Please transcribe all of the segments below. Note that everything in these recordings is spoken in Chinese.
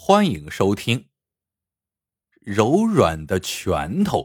欢迎收听《柔软的拳头》。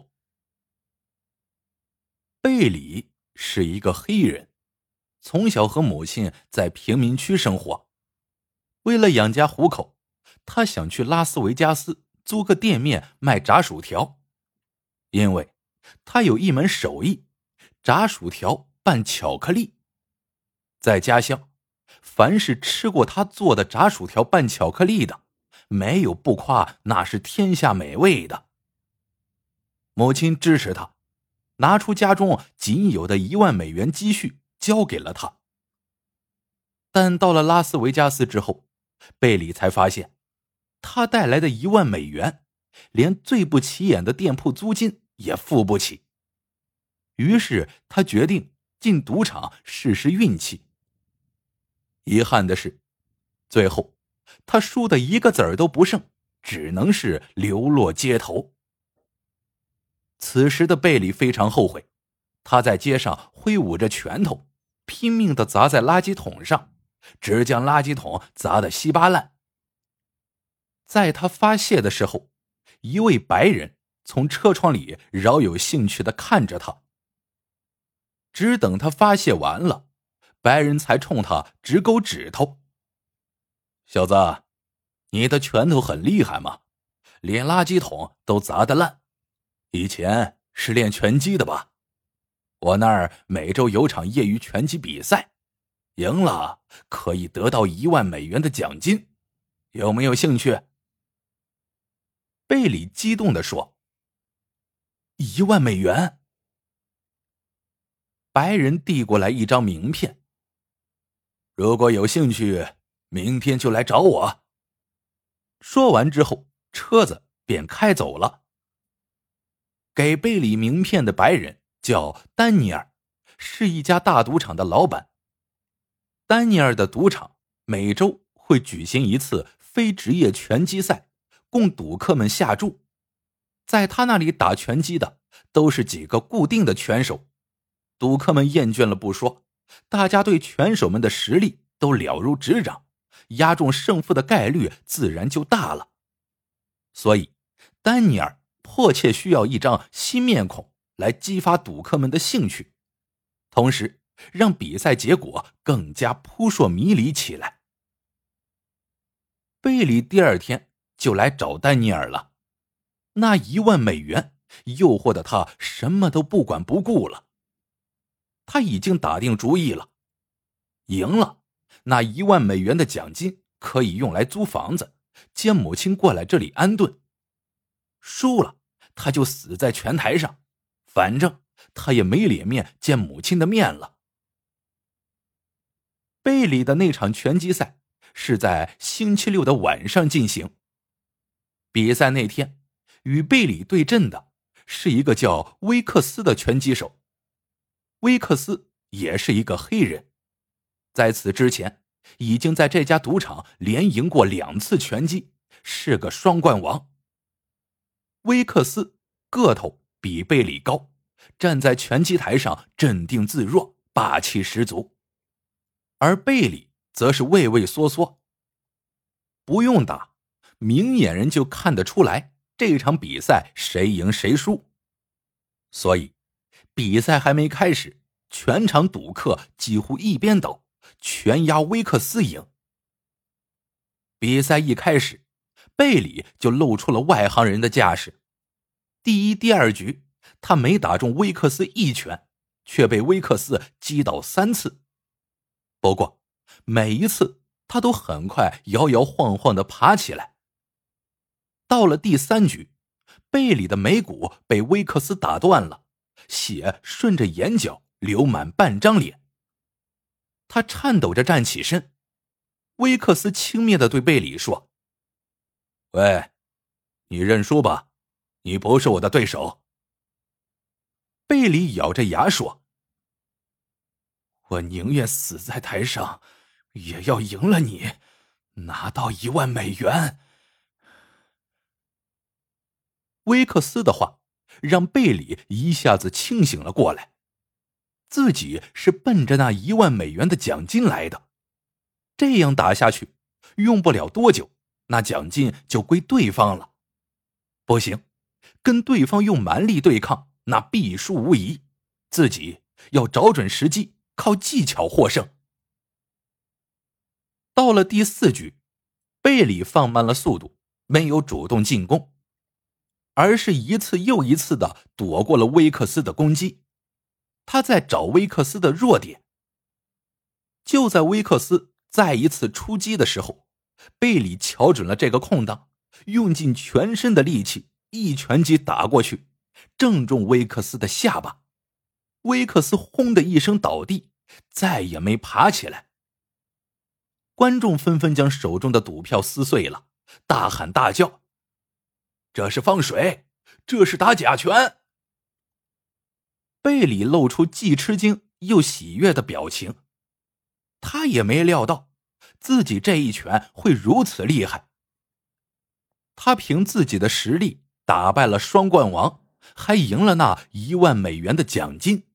贝里是一个黑人，从小和母亲在贫民区生活。为了养家糊口，他想去拉斯维加斯租个店面卖炸薯条，因为他有一门手艺，炸薯条拌巧克力。在家乡，凡是吃过他做的炸薯条拌巧克力的，没有不夸那是天下美味的。母亲支持他，拿出家中仅有的$10,000积蓄交给了他。但到了拉斯维加斯之后，贝里才发现他带来的$10,000连最不起眼的店铺租金也付不起。于是他决定进赌场试试运气。遗憾的是，最后他输得一个子儿都不剩，只能是流落街头。此时的贝里非常后悔，他在街上挥舞着拳头，拼命地砸在垃圾桶上，直将垃圾桶砸得稀巴烂。在他发泄的时候，一位白人从车窗里饶有兴趣地看着他。只等他发泄完了，白人才冲他直勾指头：“小子，你的拳头很厉害吗？连垃圾桶都砸得烂。以前是练拳击的吧？我那儿每周有场业余拳击比赛，赢了可以得到$10,000的奖金，有没有兴趣？”贝里激动地说：“$10,000！”白人递过来一张名片：“如果有兴趣，明天就来找我。”说完之后，车子便开走了。给贝里名片的白人叫丹尼尔，是一家大赌场的老板。丹尼尔的赌场每周会举行一次非职业拳击赛，供赌客们下注。在他那里打拳击的都是几个固定的拳手，赌客们厌倦了不说，大家对拳手们的实力都了如指掌，押中胜负的概率自然就大了。所以丹尼尔迫切需要一张新面孔来激发赌客们的兴趣，同时让比赛结果更加扑朔迷离起来。贝里第二天就来找丹尼尔了，那$10,000诱惑的他什么都不管不顾了。他已经打定主意了，赢了，那$10,000的奖金可以用来租房子，接母亲过来这里安顿。输了，他就死在拳台上，反正他也没脸面见母亲的面了。贝里的那场拳击赛是在星期六的晚上进行。比赛那天，与贝里对阵的是一个叫威克斯的拳击手。威克斯也是一个黑人，在此之前已经在这家赌场连赢过2次拳击，是个双冠王。威克斯个头比贝里高，站在拳击台上镇定自若，霸气十足。而贝里则是畏畏缩缩。不用打，明眼人就看得出来这场比赛谁赢谁输。所以比赛还没开始，全场赌客几乎一边倒，全押威克斯赢。比赛一开始，贝里就露出了外行人的架势。第一、第二局，他没打中威克斯一拳，却被威克斯击倒3次。不过每一次他都很快摇摇晃晃地爬起来。到了第3局，贝里的眉骨被威克斯打断了，血顺着眼角流满半张脸。他颤抖着站起身，威克斯轻蔑地对贝里说：“喂，你认输吧，你不是我的对手。”贝里咬着牙说：“我宁愿死在台上，也要赢了你，拿到$10,000。”威克斯的话让贝里一下子清醒了过来，自己是奔着那$10,000的奖金来的，这样打下去，用不了多久那奖金就归对方了。不行，跟对方用蛮力对抗，那必输无疑。自己要找准时机，靠技巧获胜。到了第4局，贝里放慢了速度，没有主动进攻，而是一次又一次地躲过了威克斯的攻击。他在找威克斯的弱点。就在威克斯再一次出击的时候，贝里瞧准了这个空档，用尽全身的力气一拳击打过去，正中威克斯的下巴。威克斯轰的一声倒地，再也没爬起来。观众纷纷将手中的赌票撕碎了，大喊大叫：这是放水，这是打假拳。贝里露出既吃惊又喜悦的表情，他也没料到自己这一拳会如此厉害。他凭自己的实力打败了双冠王，还赢了那1万美元的奖金。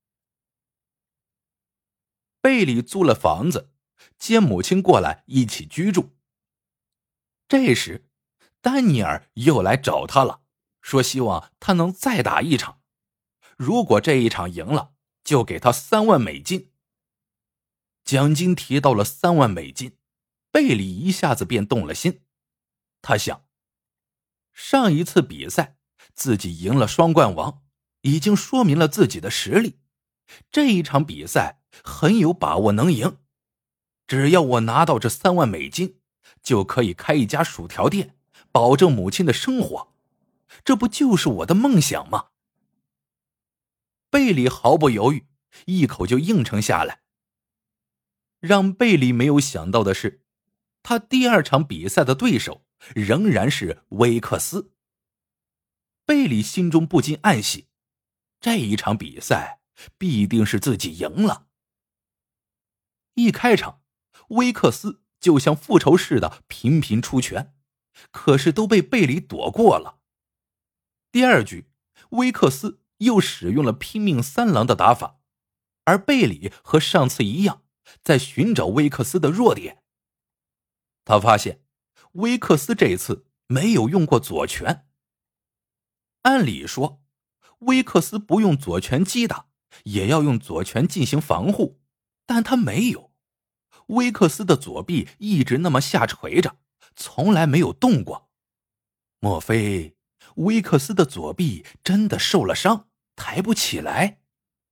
贝里租了房子，接母亲过来一起居住。这时丹尼尔又来找他了，说希望他能再打一场，如果这一场赢了，就给他3万美金。奖金提到了3万美金，贝里一下子便动了心。他想，上一次比赛自己赢了双冠王，已经说明了自己的实力，这一场比赛很有把握能赢。只要我拿到这3万美金，就可以开一家薯条店，保证母亲的生活，这不就是我的梦想吗？贝里毫不犹豫，一口就应承下来。让贝里没有想到的是，他第2场比赛的对手仍然是威克斯。贝里心中不禁暗喜，这一场比赛必定是自己赢了。一开场，威克斯就像复仇似的频频出拳，可是都被贝里躲过了。第2局，威克斯又使用了拼命三郎的打法，而贝里和上次一样，在寻找威克斯的弱点。他发现威克斯这次没有用过左拳。按理说，威克斯不用左拳击打，也要用左拳进行防护，但他没有。威克斯的左臂一直那么下垂着，从来没有动过。莫非威克斯的左臂真的受了伤，抬不起来？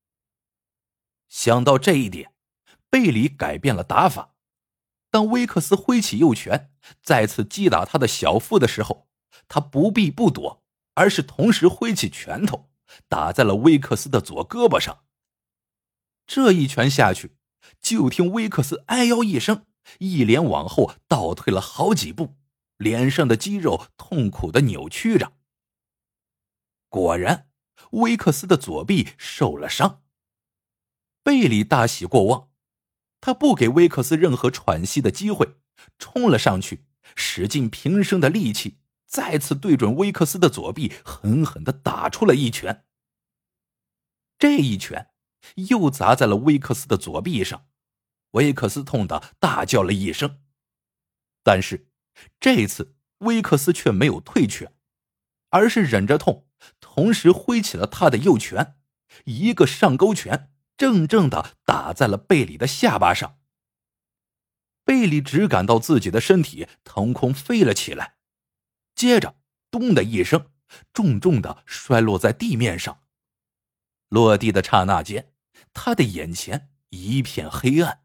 想到这一点，贝里改变了打法。当威克斯挥起右拳再次击打他的小腹的时候，他不避不躲，而是同时挥起拳头打在了威克斯的左胳膊上。这一拳下去，就听威克斯哎呦一声，一连往后倒退了好几步，脸上的肌肉痛苦地扭曲着。果然，威克斯的左臂受了伤。贝里大喜过望，他不给威克斯任何喘息的机会，冲了上去，使尽平生的力气，再次对准威克斯的左臂狠狠地打出了一拳。这一拳又砸在了威克斯的左臂上，威克斯痛得大叫了一声。但是这次威克斯却没有退却，而是忍着痛，同时挥起了他的右拳，一个上勾拳正正地打在了贝里的下巴上。贝里只感到自己的身体腾空飞了起来，接着咚的一声，重重地摔落在地面上。落地的刹那间，他的眼前一片黑暗。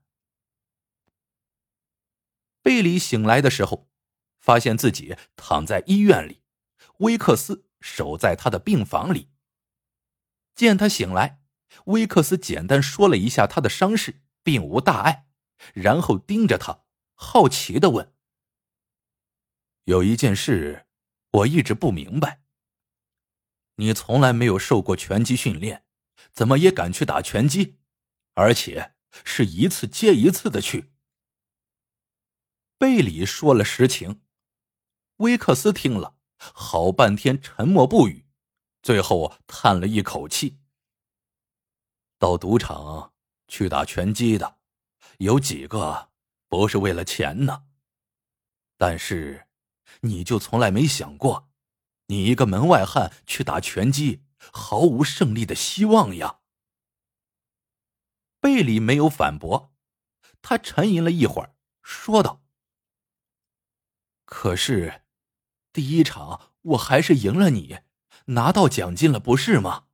贝里醒来的时候，发现自己躺在医院里，威克斯守在他的病房里。见他醒来，威克斯简单说了一下他的伤势，并无大碍，然后盯着他，好奇地问：有一件事我一直不明白，你从来没有受过拳击训练，怎么也敢去打拳击，而且是一次接一次的去？贝里说了实情。威克斯听了好半天沉默不语，最后叹了一口气。到赌场去打拳击的，有几个不是为了钱呢？但是你就从来没想过，你一个门外汉去打拳击，毫无胜利的希望呀？贝里没有反驳，他沉吟了一会儿，说道：可是，第一场我还是赢了你，拿到奖金了，不是吗？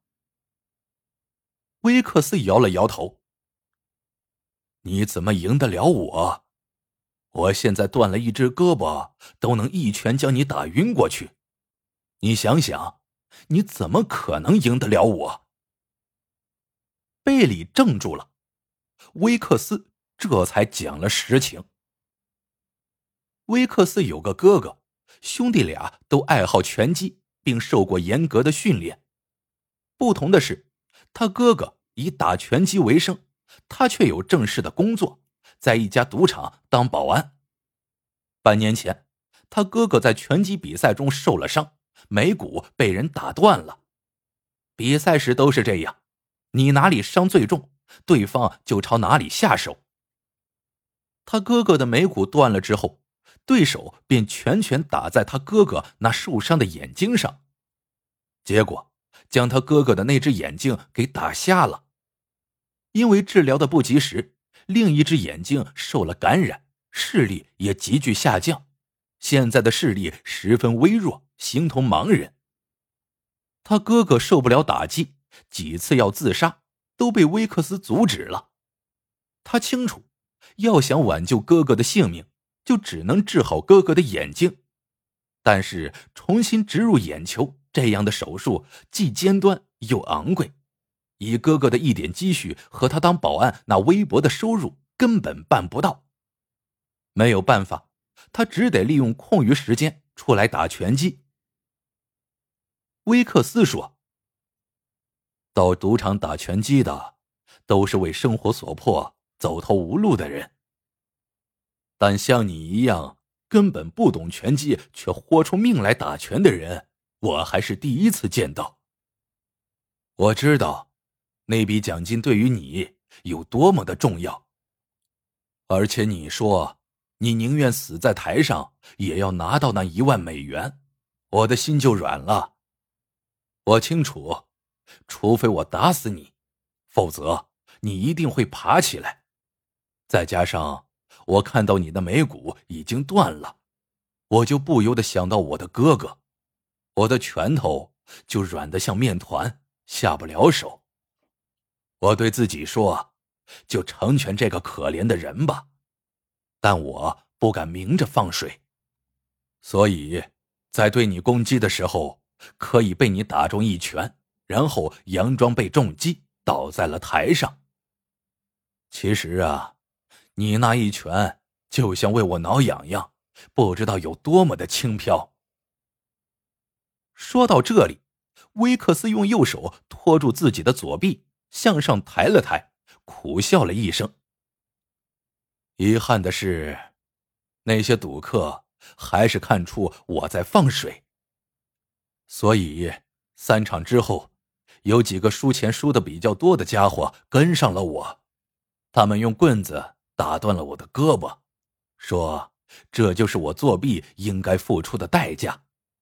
威克斯摇了摇头。你怎么赢得了我？我现在断了一只胳膊，都能一拳将你打晕过去。你想想，你怎么可能赢得了我？贝里怔住了，威克斯这才讲了实情。威克斯有个哥哥，兄弟俩都爱好拳击，并受过严格的训练。不同的是，他哥哥以打拳击为生，他却有正式的工作，在一家赌场当保安。半年前，他哥哥在拳击比赛中受了伤，眉骨被人打断了。比赛时都是这样，你哪里伤最重，对方就朝哪里下手。他哥哥的眉骨断了之后，对手便拳拳打在他哥哥那受伤的眼睛上，结果将他哥哥的那只眼睛给打瞎了。因为治疗的不及时，另一只眼睛受了感染，视力也急剧下降，现在的视力十分微弱，形同盲人。他哥哥受不了打击，几次要自杀，都被威克斯阻止了。他清楚，要想挽救哥哥的性命，就只能治好哥哥的眼睛。但是重新植入眼球这样的手术既尖端又昂贵，以哥哥的一点积蓄和他当保安那微薄的收入根本办不到。没有办法，他只得利用空余时间出来打拳击。威克斯说：到赌场打拳击的都是为生活所迫走投无路的人，但像你一样根本不懂拳击却豁出命来打拳的人，我还是第一次见到。我知道那笔奖金对于你有多么的重要，而且你说你宁愿死在台上也要拿到那10000美元，我的心就软了。我清楚，除非我打死你，否则你一定会爬起来。再加上我看到你的眉骨已经断了，我就不由得想到我的哥哥，我的拳头就软得像面团，下不了手。我对自己说，就成全这个可怜的人吧，但我不敢明着放水，所以在对你攻击的时候，可以被你打中一拳，然后佯装被重击，倒在了台上。其实啊，你那一拳就像为我挠痒痒，不知道有多么的轻飘。说到这里，威克斯用右手托住自己的左臂，向上抬了抬，苦笑了一声。遗憾的是，那些赌客还是看出我在放水。所以3场之后，有几个输钱输的比较多的家伙跟上了我，他们用棍子打断了我的胳膊，说这就是我作弊应该付出的代价。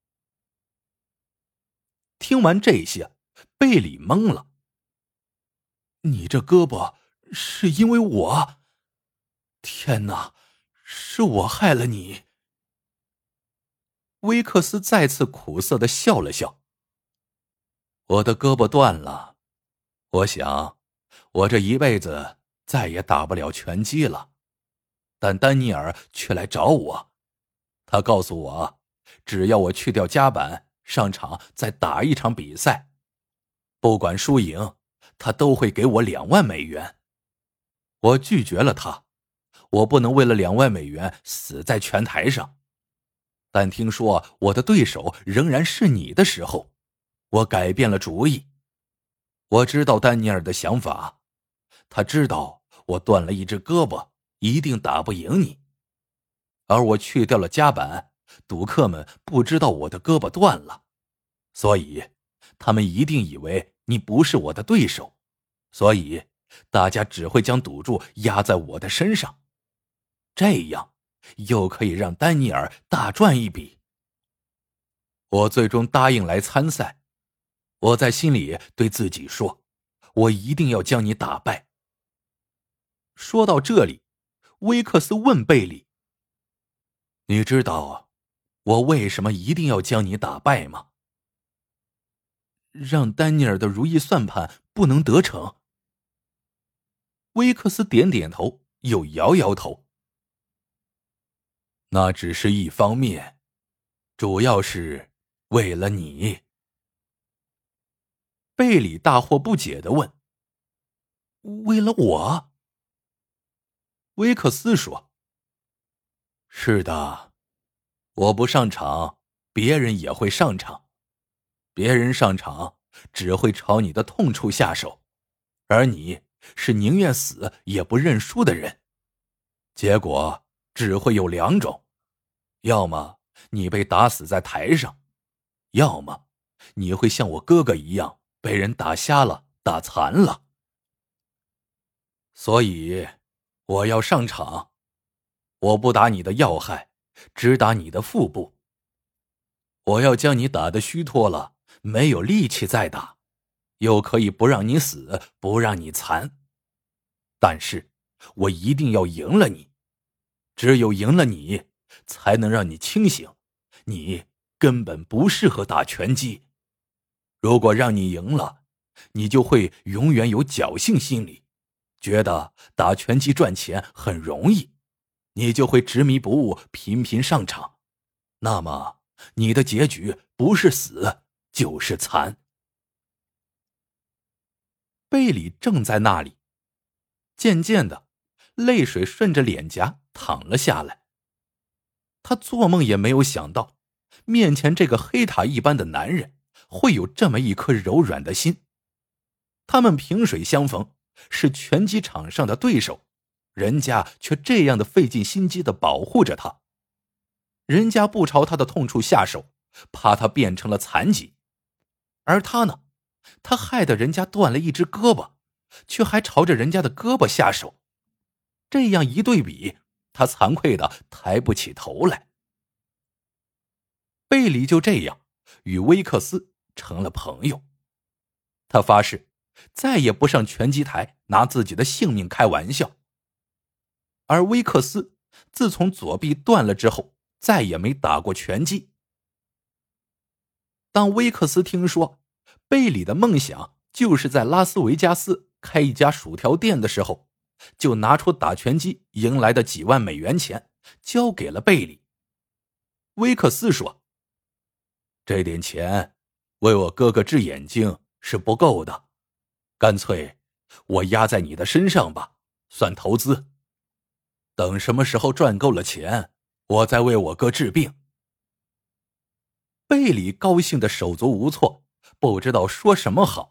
听完这些，贝里懵了。你这胳膊是因为我？天哪，是我害了你。威克斯再次苦涩地笑了笑。我的胳膊断了，我想我这一辈子再也打不了拳击了。但丹尼尔却来找我，他告诉我，只要我去掉夹板，上场再打一场比赛，不管输赢，他都会给我20000美元。我拒绝了他，我不能为了20000美元死在拳台上。但听说我的对手仍然是你的时候，我改变了主意。我知道丹尼尔的想法，他知道我断了一只胳膊，一定打不赢你。而我去掉了夹板，赌客们不知道我的胳膊断了，所以他们一定以为你不是我的对手，所以大家只会将赌注压在我的身上。这样又可以让丹尼尔大赚一笔， 我最终答应来参赛。我在心里对自己说，我一定要将你打败。说到这里，威克斯问贝里：你知道我为什么一定要将你打败吗？让丹尼尔的如意算盘不能得逞。威克斯点点头，又摇摇头。那只是一方面，主要是为了你。贝里大惑不解地问：为了我？威克斯说：是的，我不上场，别人也会上场。别人上场只会朝你的痛处下手，而你是宁愿死也不认输的人。结果只会有两种，要么你被打死在台上，要么你会像我哥哥一样被人打瞎了、打残了。所以我要上场，我不打你的要害，只打你的腹部。我要将你打得虚脱了，没有力气再打，又可以不让你死，不让你残。但是我一定要赢了你，只有赢了你，才能让你清醒，你根本不适合打拳击。如果让你赢了，你就会永远有侥幸心理，觉得打拳击赚钱很容易，你就会执迷不悟，频频上场。那么你的结局不是死就是残。贝里正在那里，渐渐的泪水顺着脸颊淌了下来。他做梦也没有想到，面前这个黑塔一般的男人会有这么一颗柔软的心。他们萍水相逢，是拳击场上的对手，人家却这样的费尽心机的保护着他。人家不朝他的痛处下手，怕他变成了残疾。而他呢，他害得人家断了一只胳膊，却还朝着人家的胳膊下手。这样一对比，他惭愧的抬不起头来。贝里就这样与威克斯成了朋友。他发誓再也不上拳击台拿自己的性命开玩笑。而威克斯自从左臂断了之后，再也没打过拳击。当威克斯听说贝里的梦想就是在拉斯维加斯开一家薯条店的时候，就拿出打拳击赢来的几万美元钱交给了贝里。威克斯说：这点钱为我哥哥治眼睛是不够的，干脆我压在你的身上吧，算投资。等什么时候赚够了钱，我再为我哥治病。贝里高兴的手足无措，不知道说什么好。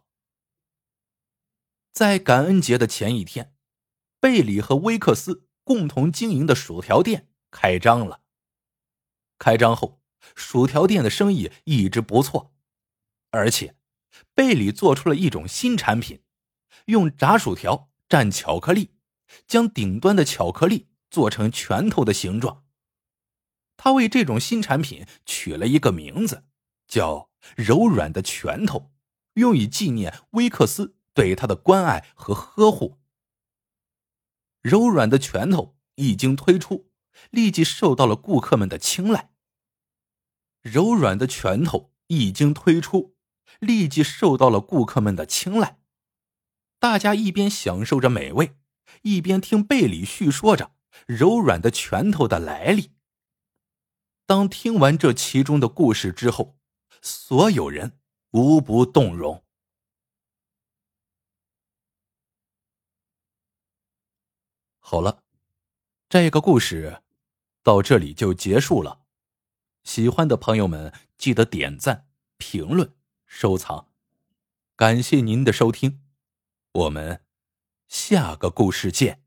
在感恩节的前一天，贝里和威克斯共同经营的薯条店开张了。开张后，薯条店的生意一直不错，而且贝里做出了一种新产品，用炸薯条蘸巧克力，将顶端的巧克力做成拳头的形状。他为这种新产品取了一个名字，叫柔软的拳头，用以纪念威克斯对他的关爱和呵护。柔软的拳头一经推出，立即受到了顾客们的青睐。柔软的拳头一经推出，立即受到了顾客们的青睐。大家一边享受着美味，一边听贝里叙说着柔软的拳头的来历。当听完这其中的故事之后，所有人无不动容。好了，这个故事到这里就结束了。喜欢的朋友们记得点赞、评论、收藏。感谢您的收听，我们下个故事见。